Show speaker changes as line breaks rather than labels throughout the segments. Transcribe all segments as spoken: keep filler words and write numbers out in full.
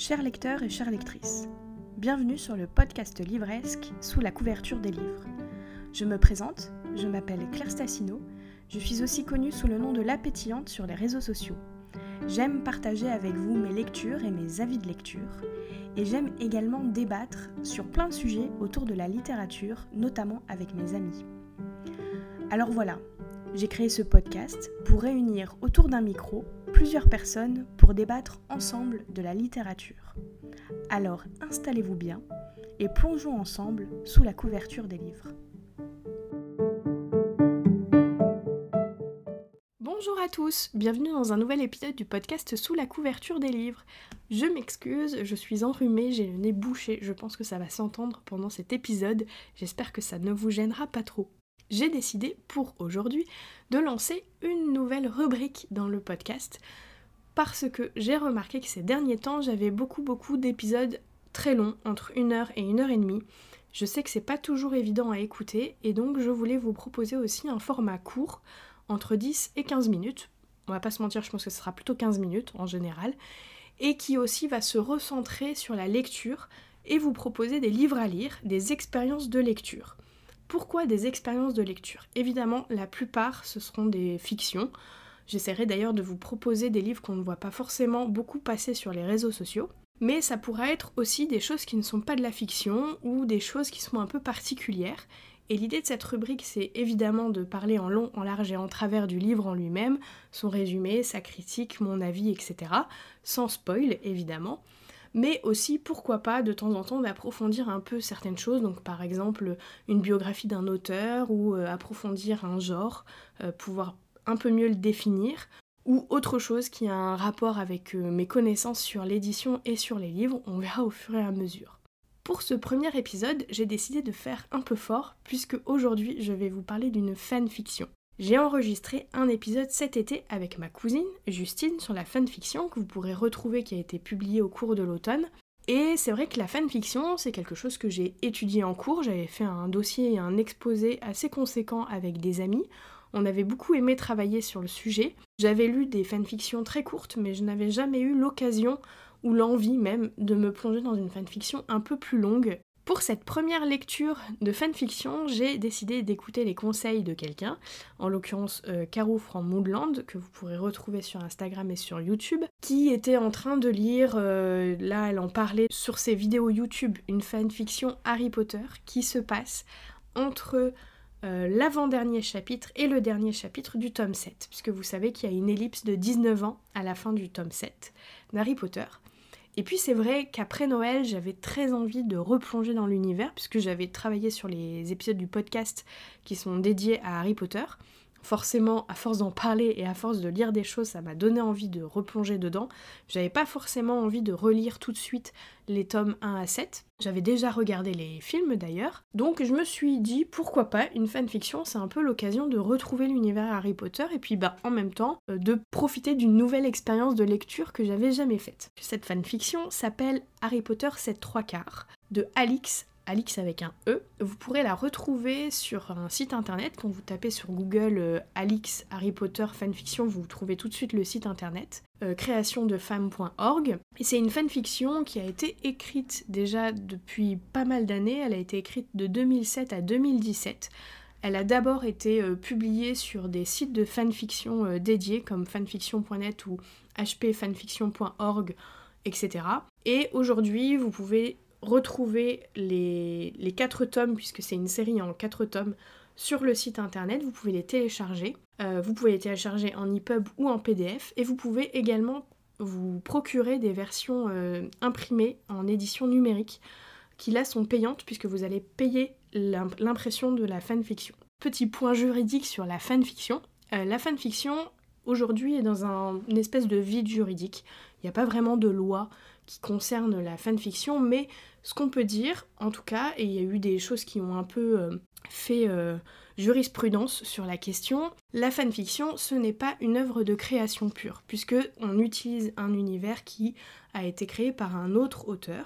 Chers lecteurs et chères lectrices, bienvenue sur le podcast livresque Sous la couverture des livres. Je me présente, je m'appelle Claire Stassino, je suis aussi connue sous le nom de La Pétillante sur les réseaux sociaux. J'aime partager avec vous mes lectures et mes avis de lecture, et j'aime également débattre sur plein de sujets autour de la littérature, notamment avec mes amis. Alors voilà, j'ai créé ce podcast pour réunir autour d'un micro plusieurs personnes pour débattre ensemble de la littérature. Alors installez-vous bien et plongeons ensemble sous la couverture des livres. Bonjour à tous, bienvenue dans un nouvel épisode du podcast Sous la couverture des livres. Je m'excuse, je suis enrhumée, j'ai le nez bouché, je pense que ça va s'entendre pendant cet épisode, j'espère que ça ne vous gênera pas trop. J'ai décidé pour aujourd'hui de lancer une nouvelle rubrique dans le podcast parce que j'ai remarqué que ces derniers temps j'avais beaucoup beaucoup d'épisodes très longs, entre une heure et une heure et demie. Je sais que c'est pas toujours évident à écouter et donc je voulais vous proposer aussi un format court, entre dix et quinze minutes, on va pas se mentir, je pense que ce sera plutôt quinze minutes en général, et qui aussi va se recentrer sur la lecture et vous proposer des livres à lire, des expériences de lecture. Pourquoi des expériences de lecture ? Évidemment, la plupart, ce seront des fictions. J'essaierai d'ailleurs de vous proposer des livres qu'on ne voit pas forcément beaucoup passer sur les réseaux sociaux. Mais ça pourra être aussi des choses qui ne sont pas de la fiction ou des choses qui sont un peu particulières. Et l'idée de cette rubrique, c'est évidemment de parler en long, en large et en travers du livre en lui-même, son résumé, sa critique, mon avis, et cetera. Sans spoil, évidemment. Mais aussi, pourquoi pas, de temps en temps, d'approfondir un peu certaines choses, donc par exemple une biographie d'un auteur, ou euh, approfondir un genre, euh, pouvoir un peu mieux le définir, ou autre chose qui a un rapport avec euh, mes connaissances sur l'édition et sur les livres, on verra au fur et à mesure. Pour ce premier épisode, j'ai décidé de faire un peu fort, puisque aujourd'hui je vais vous parler d'une fanfiction. J'ai enregistré un épisode cet été avec ma cousine, Justine, sur la fanfiction que vous pourrez retrouver qui a été publiée au cours de l'automne. Et c'est vrai que la fanfiction, c'est quelque chose que j'ai étudié en cours, j'avais fait un dossier et un exposé assez conséquent avec des amis. On avait beaucoup aimé travailler sur le sujet. J'avais lu des fanfictions très courtes, mais je n'avais jamais eu l'occasion ou l'envie même de me plonger dans une fanfiction un peu plus longue. Pour cette première lecture de fanfiction, j'ai décidé d'écouter les conseils de quelqu'un, en l'occurrence euh, Caro from Moodland, que vous pourrez retrouver sur Instagram et sur YouTube, qui était en train de lire, euh, là elle en parlait sur ses vidéos YouTube, une fanfiction Harry Potter qui se passe entre euh, l'avant-dernier chapitre et le dernier chapitre du tome sept, puisque vous savez qu'il y a une ellipse de dix-neuf ans à la fin du tome sept d'Harry Potter. Et puis c'est vrai qu'après Noël, j'avais très envie de replonger dans l'univers, puisque j'avais travaillé sur les épisodes du podcast qui sont dédiés à Harry Potter. Forcément, à force d'en parler et à force de lire des choses, ça m'a donné envie de replonger dedans. J'avais pas forcément envie de relire tout de suite les tomes un à sept. J'avais déjà regardé les films d'ailleurs. Donc je me suis dit, pourquoi pas, une fanfiction, c'est un peu l'occasion de retrouver l'univers Harry Potter et puis bah en même temps, euh, de profiter d'une nouvelle expérience de lecture que j'avais jamais faite. Cette fanfiction s'appelle Harry Potter sept trois quarts de Alix. Alix avec un E, vous pourrez la retrouver sur un site internet. Quand vous tapez sur Google euh, Alix Harry Potter fanfiction, vous trouvez tout de suite le site internet euh, création de femmes point org. Et c'est une fanfiction qui a été écrite déjà depuis pas mal d'années. Elle a été écrite de deux mille sept à deux mille dix-sept. Elle a d'abord été euh, publiée sur des sites de fanfiction euh, dédiés comme fanfiction point net ou h p fanfiction point org, et cetera. Et aujourd'hui, vous pouvez retrouver les, les quatre tomes, puisque c'est une série en quatre tomes, sur le site internet. Vous pouvez les télécharger. Euh, vous pouvez les télécharger en e pub ou en P D F. Et vous pouvez également vous procurer des versions euh, imprimées en édition numérique, qui là sont payantes, puisque vous allez payer l'imp- l'impression de la fanfiction. Petit point juridique sur la fanfiction. Euh, la fanfiction, aujourd'hui, est dans un, une espèce de vide juridique. Il n'y a pas vraiment de loi qui concerne la fanfiction, mais ce qu'on peut dire, en tout cas, et il y a eu des choses qui ont un peu euh, fait euh, jurisprudence sur la question, la fanfiction, ce n'est pas une œuvre de création pure, puisque on utilise un univers qui a été créé par un autre auteur,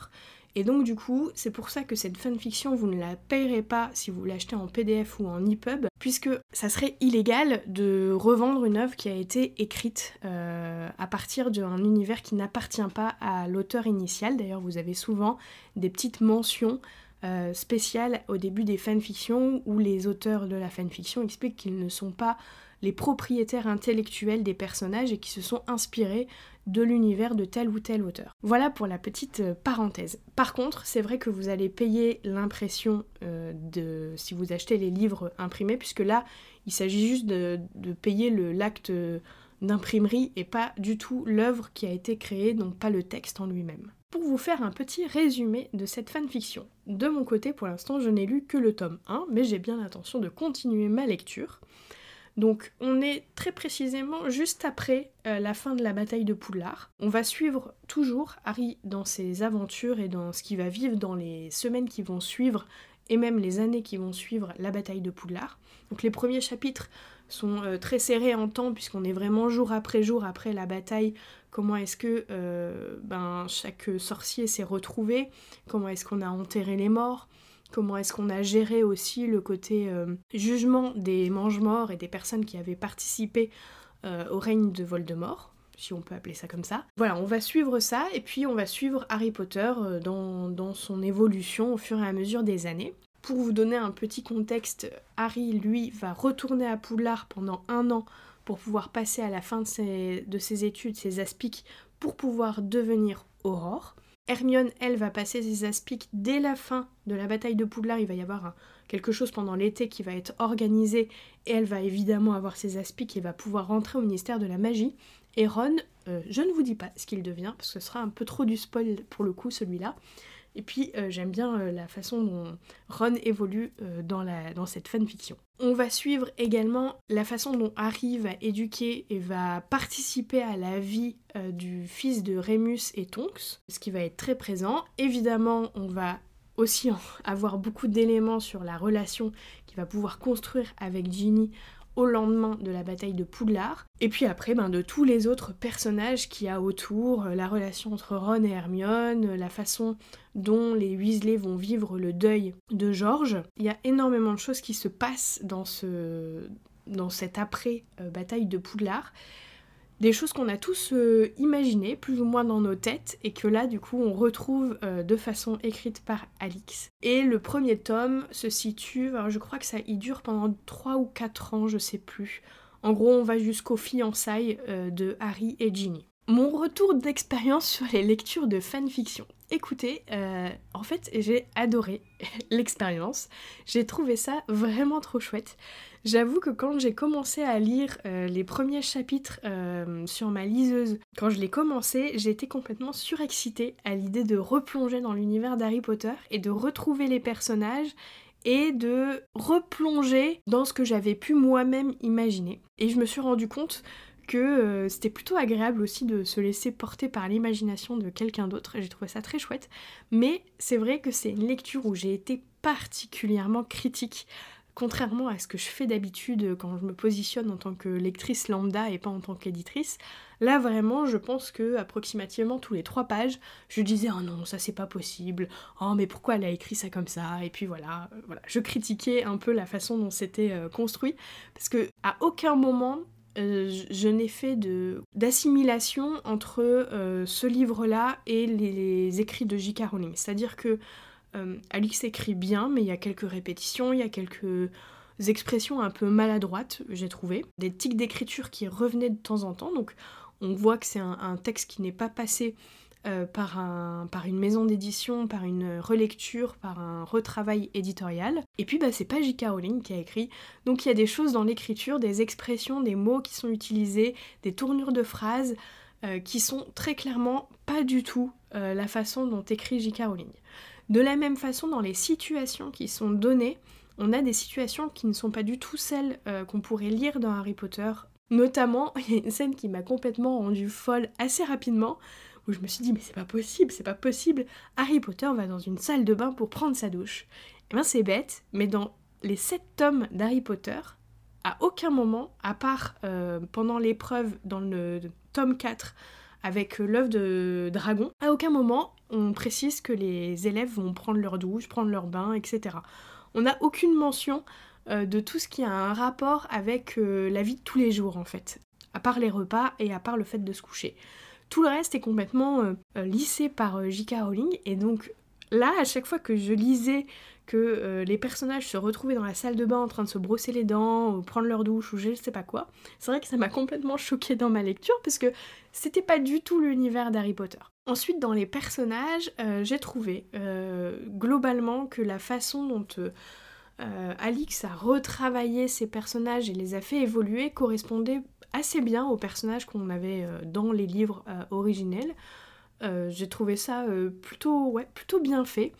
Et donc du coup, c'est pour ça que cette fanfiction, vous ne la payerez pas si vous l'achetez en P D F ou en E P U B, puisque ça serait illégal de revendre une œuvre qui a été écrite euh, à partir d'un univers qui n'appartient pas à l'auteur initial. D'ailleurs, vous avez souvent des petites mentions euh, spéciales au début des fanfictions où les auteurs de la fanfiction expliquent qu'ils ne sont pas les propriétaires intellectuels des personnages et qui se sont inspirés de l'univers de tel ou tel auteur. Voilà pour la petite parenthèse. Par contre, c'est vrai que vous allez payer l'impression euh, de si vous achetez les livres imprimés, puisque là, il s'agit juste de, de payer le, l'acte d'imprimerie et pas du tout l'œuvre qui a été créée, donc pas le texte en lui-même. Pour vous faire un petit résumé de cette fanfiction. De mon côté, pour l'instant, je n'ai lu que le tome un, mais j'ai bien l'intention de continuer ma lecture. Donc on est très précisément juste après euh, la fin de la bataille de Poudlard. On va suivre toujours Harry dans ses aventures et dans ce qu'il va vivre dans les semaines qui vont suivre et même les années qui vont suivre la bataille de Poudlard. Donc les premiers chapitres sont euh, très serrés en temps puisqu'on est vraiment jour après jour après la bataille. Comment est-ce que euh, ben, chaque sorcier s'est retrouvé, comment est-ce qu'on a enterré les morts, comment est-ce qu'on a géré aussi le côté euh, jugement des mange-morts et des personnes qui avaient participé euh, au règne de Voldemort, si on peut appeler ça comme ça. Voilà, on va suivre ça, et puis on va suivre Harry Potter euh, dans, dans son évolution au fur et à mesure des années. Pour vous donner un petit contexte, Harry, lui, va retourner à Poudlard pendant un an pour pouvoir passer à la fin de ses, de ses études, ses aspics, pour pouvoir devenir Aurore. Hermione, elle, va passer ses aspics dès la fin de la bataille de Poudlard. Il va y avoir un, quelque chose pendant l'été qui va être organisé et elle va évidemment avoir ses aspics et va pouvoir rentrer au ministère de la magie. Et Ron, euh, je ne vous dis pas ce qu'il devient parce que ce sera un peu trop du spoil pour le coup celui-là. Et puis euh, j'aime bien euh, la façon dont Ron évolue euh, dans, la, dans cette fanfiction. On va suivre également la façon dont Harry va éduquer et va participer à la vie euh, du fils de Rémus et Tonks, ce qui va être très présent. Évidemment, on va aussi avoir beaucoup d'éléments sur la relation qu'il va pouvoir construire avec Ginny au lendemain de la bataille de Poudlard. Et puis après, ben, de tous les autres personnages qu'il y a autour, la relation entre Ron et Hermione, la façon dont les Weasley vont vivre le deuil de George. Il y a énormément de choses qui se passent dans, ce, dans cette après-bataille de Poudlard. Des choses qu'on a tous euh, imaginées, plus ou moins dans nos têtes, et que là, du coup, on retrouve euh, de façon écrite par Alix. Et le premier tome se situe, alors je crois que ça y dure pendant trois ou quatre ans, je sais plus. En gros, on va jusqu'aux fiançailles euh, de Harry et Ginny. Mon retour d'expérience sur les lectures de fanfiction. Écoutez, euh, en fait, j'ai adoré l'expérience. J'ai trouvé ça vraiment trop chouette. J'avoue que quand j'ai commencé à lire euh, les premiers chapitres euh, sur ma liseuse, quand je l'ai commencé, j'ai été complètement surexcitée à l'idée de replonger dans l'univers d'Harry Potter et de retrouver les personnages et de replonger dans ce que j'avais pu moi-même imaginer. Et je me suis rendu compte que euh, c'était plutôt agréable aussi de se laisser porter par l'imagination de quelqu'un d'autre, et j'ai trouvé ça très chouette. Mais c'est vrai que c'est une lecture où j'ai été particulièrement critique, contrairement à ce que je fais d'habitude quand je me positionne en tant que lectrice lambda et pas en tant qu'éditrice. Là vraiment, je pense que approximativement tous les trois pages, je disais « Oh non, ça c'est pas possible, oh mais pourquoi elle a écrit ça comme ça ?» Et puis voilà, euh, voilà, je critiquais un peu la façon dont c'était euh, construit, parce que à aucun moment Euh, je n'ai fait de, d'assimilation entre euh, ce livre-là et les, les écrits de J K Rowling. C'est-à-dire que euh, Alix écrit bien, mais il y a quelques répétitions, il y a quelques expressions un peu maladroites, j'ai trouvé. Des tics d'écriture qui revenaient de temps en temps, donc on voit que c'est un, un texte qui n'est pas passé Euh, par, un, par une maison d'édition, par une relecture, par un retravail éditorial. Et puis bah, c'est pas J K Rowling qui a écrit, donc il y a des choses dans l'écriture, des expressions, des mots qui sont utilisés, des tournures de phrases euh, qui sont très clairement pas du tout euh, la façon dont écrit J K Rowling. De la même façon, dans les situations qui sont données, on a des situations qui ne sont pas du tout celles euh, qu'on pourrait lire dans Harry Potter. Notamment, il y a une scène qui m'a complètement rendue folle assez rapidement, où je me suis dit mais c'est pas possible, c'est pas possible, Harry Potter va dans une salle de bain pour prendre sa douche. Et bien c'est bête, mais dans les sept tomes d'Harry Potter, à aucun moment, à part euh, pendant l'épreuve dans le tome quatre, avec l'œuf de dragon. À aucun moment on précise que les élèves vont prendre leur douche, prendre leur bain, et cetera. On n'a aucune mention euh, de tout ce qui a un rapport avec euh, la vie de tous les jours en fait, à part les repas et à part le fait de se coucher. Tout le reste est complètement euh, euh, lissé par euh, J K. Rowling, et donc là, à chaque fois que je lisais que euh, les personnages se retrouvaient dans la salle de bain en train de se brosser les dents, ou prendre leur douche, ou je sais pas quoi, c'est vrai que ça m'a complètement choquée dans ma lecture, parce que c'était pas du tout l'univers d'Harry Potter. Ensuite, dans les personnages, euh, j'ai trouvé euh, globalement que la façon dont euh, euh, Alix a retravaillé ses personnages et les a fait évoluer correspondait assez bien aux personnages qu'on avait euh, dans les livres euh, originels. Euh, j'ai trouvé ça euh, plutôt, ouais, plutôt bien fait.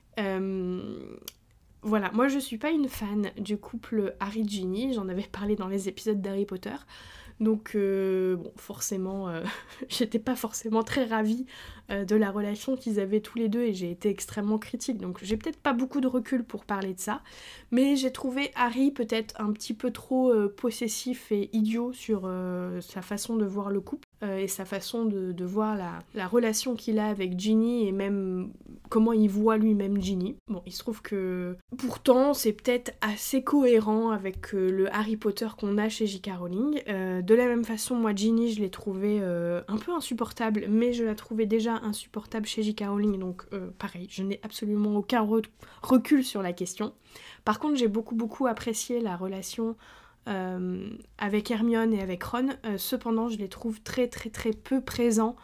Euh, voilà, moi je suis pas une fan du couple Harry-Ginny, j'en avais parlé dans les épisodes d'Harry Potter, donc euh, bon, forcément, euh, j'étais pas forcément très ravie euh, de la relation qu'ils avaient tous les deux, et j'ai été extrêmement critique, donc j'ai peut-être pas beaucoup de recul pour parler de ça, mais j'ai trouvé Harry peut-être un petit peu trop euh, possessif et idiot sur euh, sa façon de voir le couple, euh, et sa façon de, de voir la, la relation qu'il a avec Ginny, et même comment il voit lui-même Ginny. Bon, il se trouve que pourtant c'est peut-être assez cohérent avec euh, le Harry Potter qu'on a chez J K. Rowling. Euh, de la même façon, moi Ginny je l'ai trouvée euh, un peu insupportable, mais je la trouvais déjà insupportable chez J K. Rowling, donc euh, pareil, je n'ai absolument aucun re- recul sur la question. Par contre, j'ai beaucoup beaucoup apprécié la relation euh, avec Hermione et avec Ron, euh, cependant je les trouve très très très peu présents,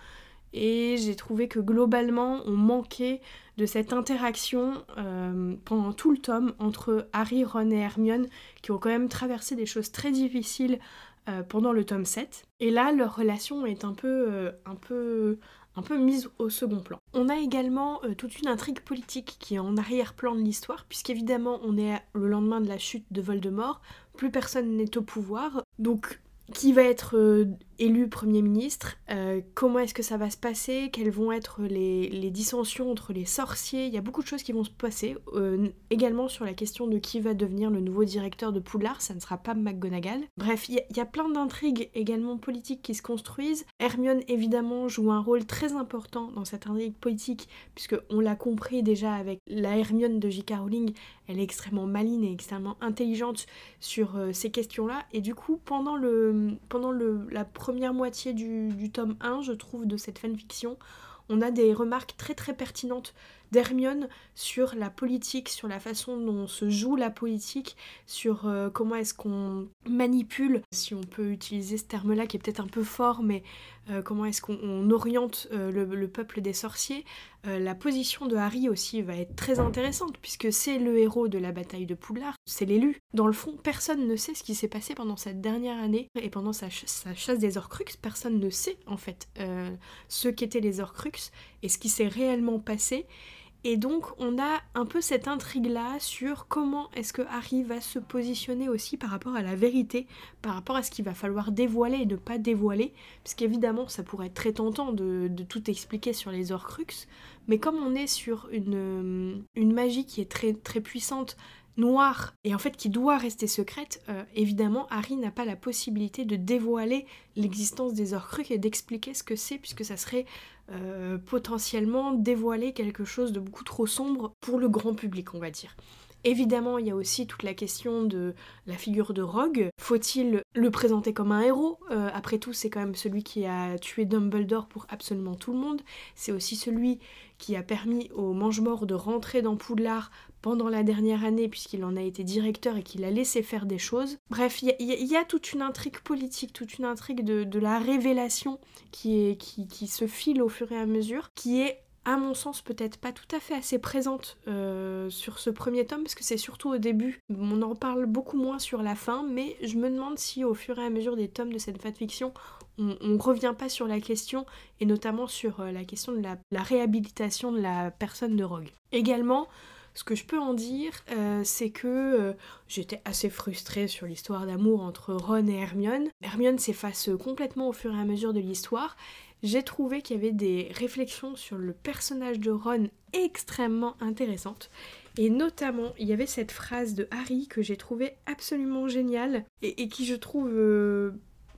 et j'ai trouvé que globalement on manquait de cette interaction euh, pendant tout le tome entre Harry, Ron et Hermione, qui ont quand même traversé des choses très difficiles euh, pendant le tome sept, et là leur relation est un peu, euh, un peu, un peu mise au second plan. On a également euh, toute une intrigue politique qui est en arrière-plan de l'histoire, puisqu'évidemment on est le lendemain de la chute de Voldemort, plus personne n'est au pouvoir, donc qui va être euh, élu Premier ministre, euh, comment est-ce que ça va se passer, quelles vont être les, les dissensions entre les sorciers, il y a beaucoup de choses qui vont se passer, euh, également sur la question de qui va devenir le nouveau directeur de Poudlard, ça ne sera pas McGonagall. Bref, il y, y a plein d'intrigues également politiques qui se construisent. Hermione évidemment joue un rôle très important dans cette intrigue politique, puisque on l'a compris déjà avec la Hermione de J K. Rowling, elle est extrêmement maligne et extrêmement intelligente sur euh, ces questions-là, et du coup pendant, le, pendant le, la première moitié du, du tome un, je trouve, de cette fanfiction, on a des remarques très très pertinentes d'Hermione sur la politique, sur la façon dont se joue la politique, sur euh, comment est-ce qu'on manipule, si on peut utiliser ce terme-là qui est peut-être un peu fort, mais euh, comment est-ce qu'on on oriente euh, le, le peuple des sorciers. Euh, la position de Harry aussi va être très intéressante, puisque c'est le héros de la bataille de Poudlard, c'est l'élu. Dans le fond, personne ne sait ce qui s'est passé pendant cette dernière année, et pendant sa, ch- sa chasse des Horcruxes, personne ne sait en fait euh, ce qu'étaient les Horcruxes, et ce qui s'est réellement passé. Et donc on a un peu cette intrigue-là sur comment est-ce que Harry va se positionner aussi par rapport à la vérité, par rapport à ce qu'il va falloir dévoiler et ne pas dévoiler, parce qu'évidemment ça pourrait être très tentant de, de tout expliquer sur les Horcruxes, mais comme on est sur une, une magie qui est très, très puissante, noire, et en fait qui doit rester secrète, euh, évidemment Harry n'a pas la possibilité de dévoiler l'existence des Horcruxes et d'expliquer ce que c'est, puisque ça serait euh, potentiellement dévoiler quelque chose de beaucoup trop sombre pour le grand public, on va dire. Évidemment, il y a aussi toute la question de la figure de Rogue. Faut-il le présenter comme un héros ? euh, Après tout, c'est quand même celui qui a tué Dumbledore pour absolument tout le monde. C'est aussi celui qui a permis aux Mange-Morts de rentrer dans Poudlard pendant la dernière année, puisqu'il en a été directeur et qu'il a laissé faire des choses. Bref, il y, y, y a toute une intrigue politique, toute une intrigue de, de la révélation qui, est, qui, qui se file au fur et à mesure, qui est à mon sens peut-être pas tout à fait assez présente euh, sur ce premier tome, parce que c'est surtout au début, on en parle beaucoup moins sur la fin, mais je me demande si au fur et à mesure des tomes de cette fanfiction, on, on revient pas sur la question, et notamment sur euh, la question de la, la réhabilitation de la personne de Rogue. Également, ce que je peux en dire, euh, c'est que euh, j'étais assez frustrée sur l'histoire d'amour entre Ron et Hermione. Hermione s'efface complètement au fur et à mesure de l'histoire. J'ai trouvé qu'il y avait des réflexions sur le personnage de Ron extrêmement intéressantes. Et notamment, il y avait cette phrase de Harry que j'ai trouvée absolument géniale et, et qui, je trouve, euh,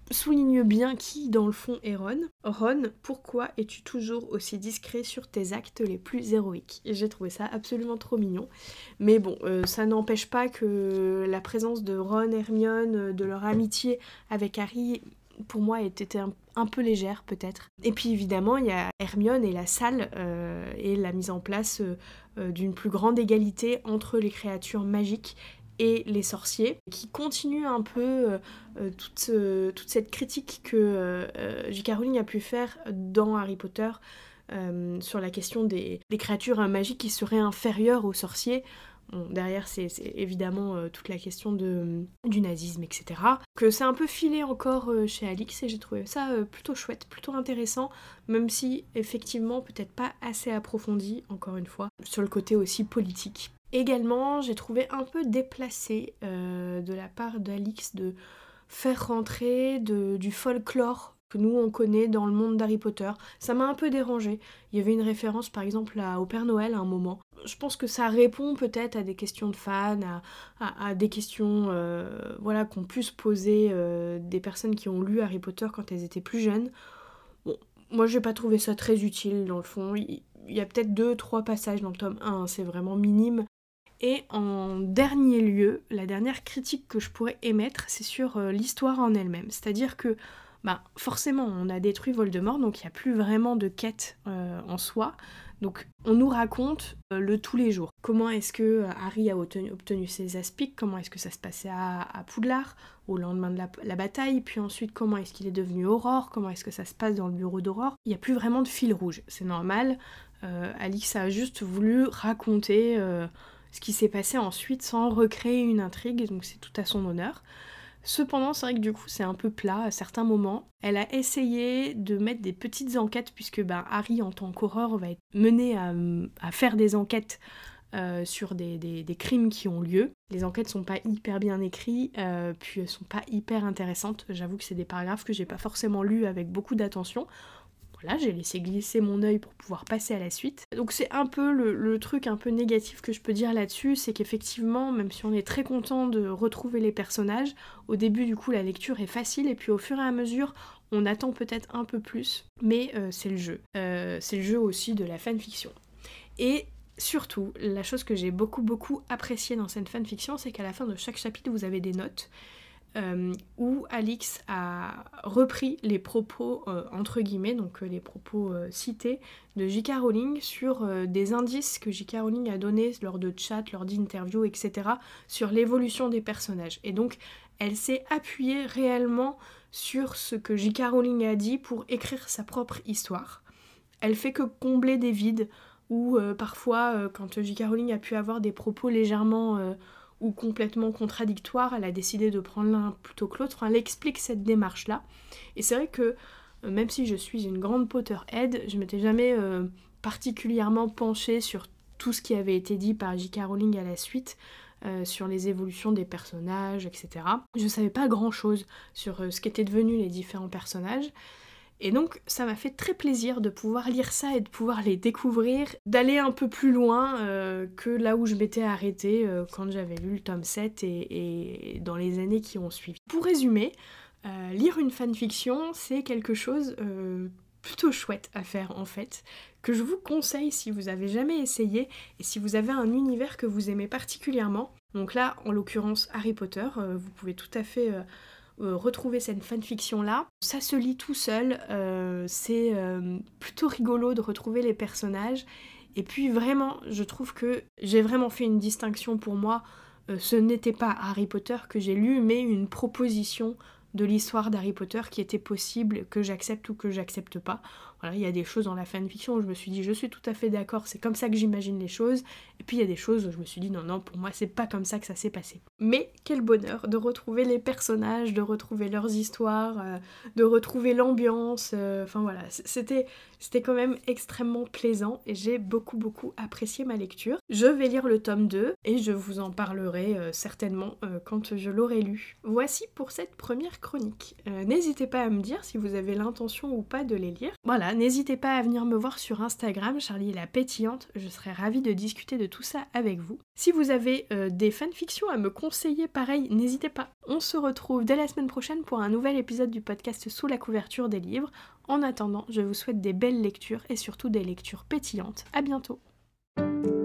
souligne bien qui, dans le fond, est Ron. Ron, pourquoi es-tu toujours aussi discret sur tes actes les plus héroïques? Et j'ai trouvé ça absolument trop mignon. Mais bon, euh, ça n'empêche pas que la présence de Ron, Hermione, de leur amitié avec Harry, pour moi, était un, un peu légère, peut-être. Et puis, évidemment, il y a Hermione et la salle, euh, et la mise en place euh, d'une plus grande égalité entre les créatures magiques et les sorciers, qui continuent un peu euh, toute, euh, toute cette critique que euh, J K. Rowling a pu faire dans Harry Potter euh, sur la question des, des créatures magiques qui seraient inférieures aux sorciers. Bon, derrière, c'est, c'est évidemment euh, toute la question de, du nazisme, et cetera. Que c'est un peu filé encore euh, chez Alix, et j'ai trouvé ça euh, plutôt chouette, plutôt intéressant, même si, effectivement, peut-être pas assez approfondi, encore une fois, sur le côté aussi politique. Également, j'ai trouvé un peu déplacé euh, de la part d'Alix de faire rentrer de, du folklore que nous on connaît dans le monde d'Harry Potter. Ça m'a un peu dérangée. Il y avait une référence par exemple à, au Père Noël à un moment. Je pense que ça répond peut-être à des questions de fans, à, à, à des questions euh, voilà, qu'ont pu se poser euh, des personnes qui ont lu Harry Potter quand elles étaient plus jeunes. Bon, moi j'ai pas trouvé ça très utile dans le fond. Il, il y a peut-être deux, trois passages dans le tome un, c'est vraiment minime. Et en dernier lieu, la dernière critique que je pourrais émettre, c'est sur euh, l'histoire en elle-même. C'est-à-dire que, bah, forcément, on a détruit Voldemort, donc il n'y a plus vraiment de quête euh, en soi. Donc on nous raconte euh, le tous les jours. Comment est-ce que euh, Harry a obtenu, obtenu ses aspics, comment est-ce que ça se passait à, à Poudlard, au lendemain de la, la bataille, puis ensuite comment est-ce qu'il est devenu Aurore, comment est-ce que ça se passe dans le bureau d'Aurore. Il n'y a plus vraiment de fil rouge, c'est normal. Euh, Alix a juste voulu raconter... Euh, ce qui s'est passé ensuite sans recréer une intrigue, donc c'est tout à son honneur. Cependant, c'est vrai que du coup, c'est un peu plat à certains moments. Elle a essayé de mettre des petites enquêtes, puisque ben, Harry, en tant qu'aurore, va être mené à, à faire des enquêtes euh, sur des, des, des crimes qui ont lieu. Les enquêtes sont pas hyper bien écrites, euh, puis elles sont pas hyper intéressantes. J'avoue que c'est des paragraphes que j'ai pas forcément lus avec beaucoup d'attention. Voilà, j'ai laissé glisser mon œil pour pouvoir passer à la suite. Donc c'est un peu le, le truc un peu négatif que je peux dire là-dessus, c'est qu'effectivement, même si on est très content de retrouver les personnages, au début du coup la lecture est facile et puis au fur et à mesure on attend peut-être un peu plus, mais euh, c'est le jeu. Euh, c'est le jeu aussi de la fanfiction. Et surtout, la chose que j'ai beaucoup beaucoup appréciée dans cette fanfiction, c'est qu'à la fin de chaque chapitre vous avez des notes. Euh, où Alix a repris les propos, euh, entre guillemets, donc euh, les propos euh, cités de J K. Rowling sur euh, des indices que J K. Rowling a donnés lors de chats, lors d'interviews, et cetera, sur l'évolution des personnages. Et donc, elle s'est appuyée réellement sur ce que J K. Rowling a dit pour écrire sa propre histoire. Elle fait que combler des vides, où euh, parfois, euh, quand J K. Rowling a pu avoir des propos légèrement... Euh, ou complètement contradictoire, elle a décidé de prendre l'un plutôt que l'autre. Enfin, elle explique cette démarche-là. Et c'est vrai que, euh, même si je suis une grande Potterhead, je m'étais jamais euh, particulièrement penchée sur tout ce qui avait été dit par J K. Rowling à la suite, euh, sur les évolutions des personnages, et cetera. Je savais pas grand-chose sur euh, ce qu'étaient devenus les différents personnages. Et donc ça m'a fait très plaisir de pouvoir lire ça et de pouvoir les découvrir, d'aller un peu plus loin euh, que là où je m'étais arrêtée euh, quand j'avais lu le tome sept et, et dans les années qui ont suivi. Pour résumer, euh, lire une fanfiction, c'est quelque chose euh, plutôt chouette à faire en fait, que je vous conseille si vous avez jamais essayé et si vous avez un univers que vous aimez particulièrement. Donc là, en l'occurrence Harry Potter, euh, vous pouvez tout à fait... Euh, Euh, retrouver cette fanfiction là. Ça se lit tout seul, euh, c'est euh, plutôt rigolo de retrouver les personnages et puis vraiment je trouve que j'ai vraiment fait une distinction pour moi, euh, ce n'était pas Harry Potter que j'ai lu mais une proposition de l'histoire d'Harry Potter qui était possible, que j'accepte ou que j'accepte pas. Voilà, il y a des choses dans la fanfiction où je me suis dit je suis tout à fait d'accord, c'est comme ça que j'imagine les choses, et puis il y a des choses où je me suis dit non non, pour moi c'est pas comme ça que ça s'est passé. Mais quel bonheur de retrouver les personnages, de retrouver leurs histoires, euh, de retrouver l'ambiance, euh, enfin voilà, c'était, c'était quand même extrêmement plaisant et j'ai beaucoup beaucoup apprécié ma lecture. Je vais lire le tome deux et je vous en parlerai euh, certainement euh, quand je l'aurai lu. Voici pour cette première chronique. Euh, n'hésitez pas à me dire si vous avez l'intention ou pas de les lire. Voilà, voilà, n'hésitez pas à venir me voir sur Instagram, Charlie la pétillante, je serais ravie de discuter de tout ça avec vous. Si vous avez euh, des fanfictions à me conseiller, pareil, n'hésitez pas. On se retrouve dès la semaine prochaine pour un nouvel épisode du podcast Sous la couverture des livres. En attendant, je vous souhaite des belles lectures et surtout des lectures pétillantes. À bientôt.